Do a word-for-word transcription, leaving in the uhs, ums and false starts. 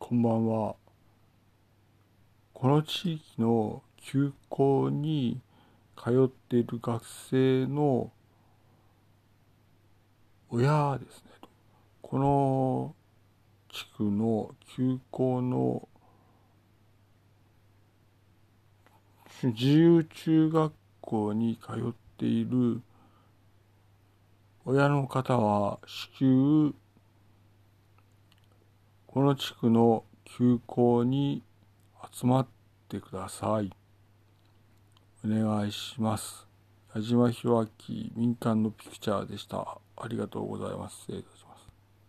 こんばんは。この地域の休校に通っている学生の親ですね。この地区の休校の自由中学校に通っている親の方は至急この地区の休校に集まってください。お願いします。矢島弘明民間のピクチャーでした。ありがとうございます。